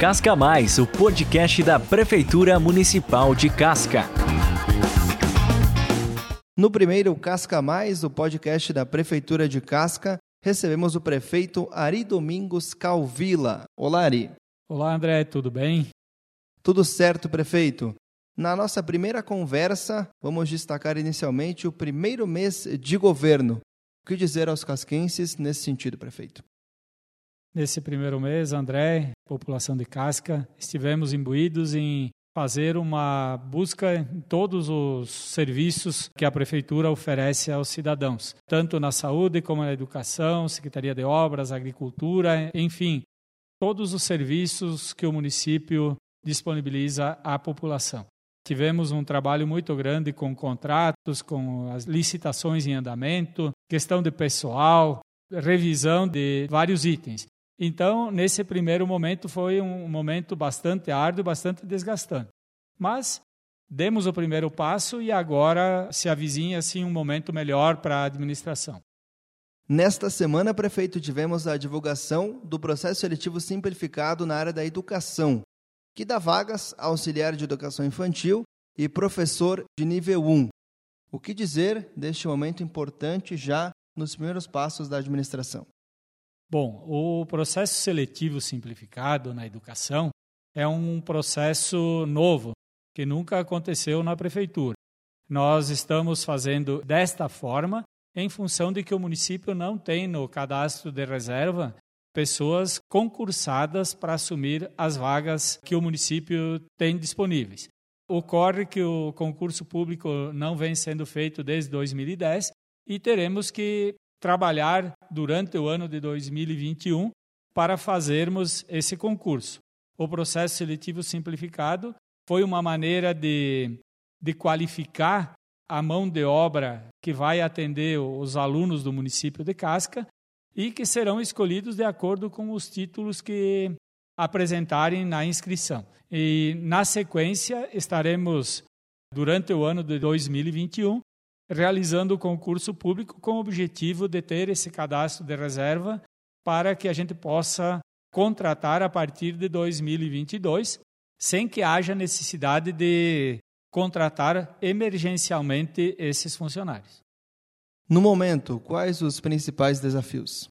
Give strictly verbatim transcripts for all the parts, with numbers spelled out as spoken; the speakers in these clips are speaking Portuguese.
Casca Mais, o podcast da Prefeitura Municipal de Casca. No primeiro Casca Mais, o podcast da Prefeitura de Casca, recebemos o prefeito Ari Domingos Calvila. Olá, Ari. Olá, André, tudo bem? Tudo certo, prefeito. Na nossa primeira conversa, vamos destacar inicialmente o primeiro mês de governo. O que dizer aos casquenses nesse sentido, prefeito? Nesse primeiro mês, André, população de Casca, estivemos imbuídos em fazer uma busca em todos os serviços que a Prefeitura oferece aos cidadãos, tanto na saúde como na educação, Secretaria de Obras, Agricultura, enfim, todos os serviços que o município disponibiliza à população. Tivemos um trabalho muito grande com contratos, com as licitações em andamento, questão de pessoal, revisão de vários itens. Então, nesse primeiro momento, foi um momento bastante árduo, bastante desgastante. Mas demos o primeiro passo e agora se avizinha assim, um momento melhor para a administração. Nesta semana, prefeito, tivemos a divulgação do processo seletivo simplificado na área da educação, que dá vagas a auxiliar de educação infantil e professor de nível um. O que dizer deste momento importante já nos primeiros passos da administração? Bom, o processo seletivo simplificado na educação é um processo novo, que nunca aconteceu na Prefeitura. Nós estamos fazendo desta forma em função de que o município não tem no cadastro de reserva pessoas concursadas para assumir as vagas que o município tem disponíveis. Ocorre que o concurso público não vem sendo feito desde dois mil e dez e teremos que trabalhar durante o ano de dois mil e vinte e um para fazermos esse concurso. O processo seletivo simplificado foi uma maneira de, de qualificar a mão de obra que vai atender os alunos do município de Casca e que serão escolhidos de acordo com os títulos que apresentarem na inscrição. E, na sequência, estaremos, durante o ano de dois mil e vinte e um, realizando o concurso público com o objetivo de ter esse cadastro de reserva para que a gente possa contratar a partir de dois mil e vinte e dois, sem que haja necessidade de contratar emergencialmente esses funcionários. No momento, quais os principais desafios?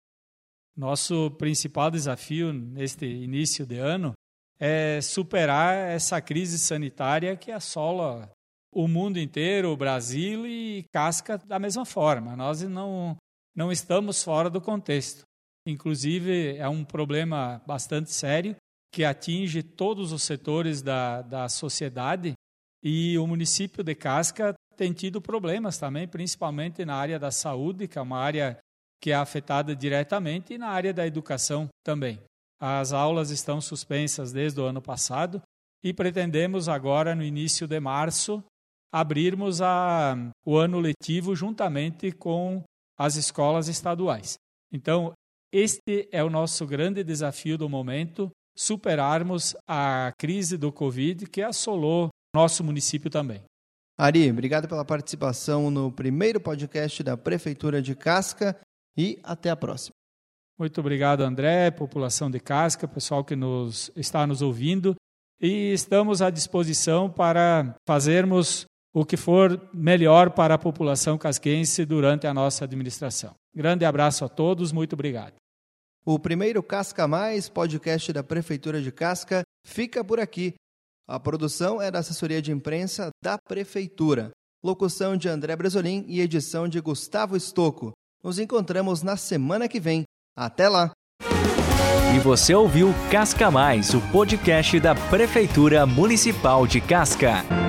Nosso principal desafio neste início de ano é superar essa crise sanitária que assola o mundo inteiro, o Brasil e Casca da mesma forma. Nós não, não estamos fora do contexto. Inclusive, é um problema bastante sério que atinge todos os setores da, da sociedade e o município de Casca tem tido problemas também, principalmente na área da saúde, que é uma área que é afetada diretamente, e na área da educação também. As aulas estão suspensas desde o ano passado e pretendemos agora, no início de março, abrirmos a, o ano letivo juntamente com as escolas estaduais. Então, este é o nosso grande desafio do momento, superarmos a crise do Covid que assolou nosso município também. Ari, obrigado pela participação no primeiro podcast da Prefeitura de Casca e até a próxima. Muito obrigado, André, população de Casca, pessoal que nos, está nos ouvindo, e estamos à disposição para fazermos o que for melhor para a população casquense durante a nossa administração. Grande abraço a todos, muito obrigado. O primeiro Casca Mais, podcast da Prefeitura de Casca, fica por aqui. A produção é da assessoria de imprensa da Prefeitura. Locução de André Bresolim e edição de Gustavo Stocco. Nos encontramos na semana que vem. Até lá! E você ouviu Casca Mais, o podcast da Prefeitura Municipal de Casca.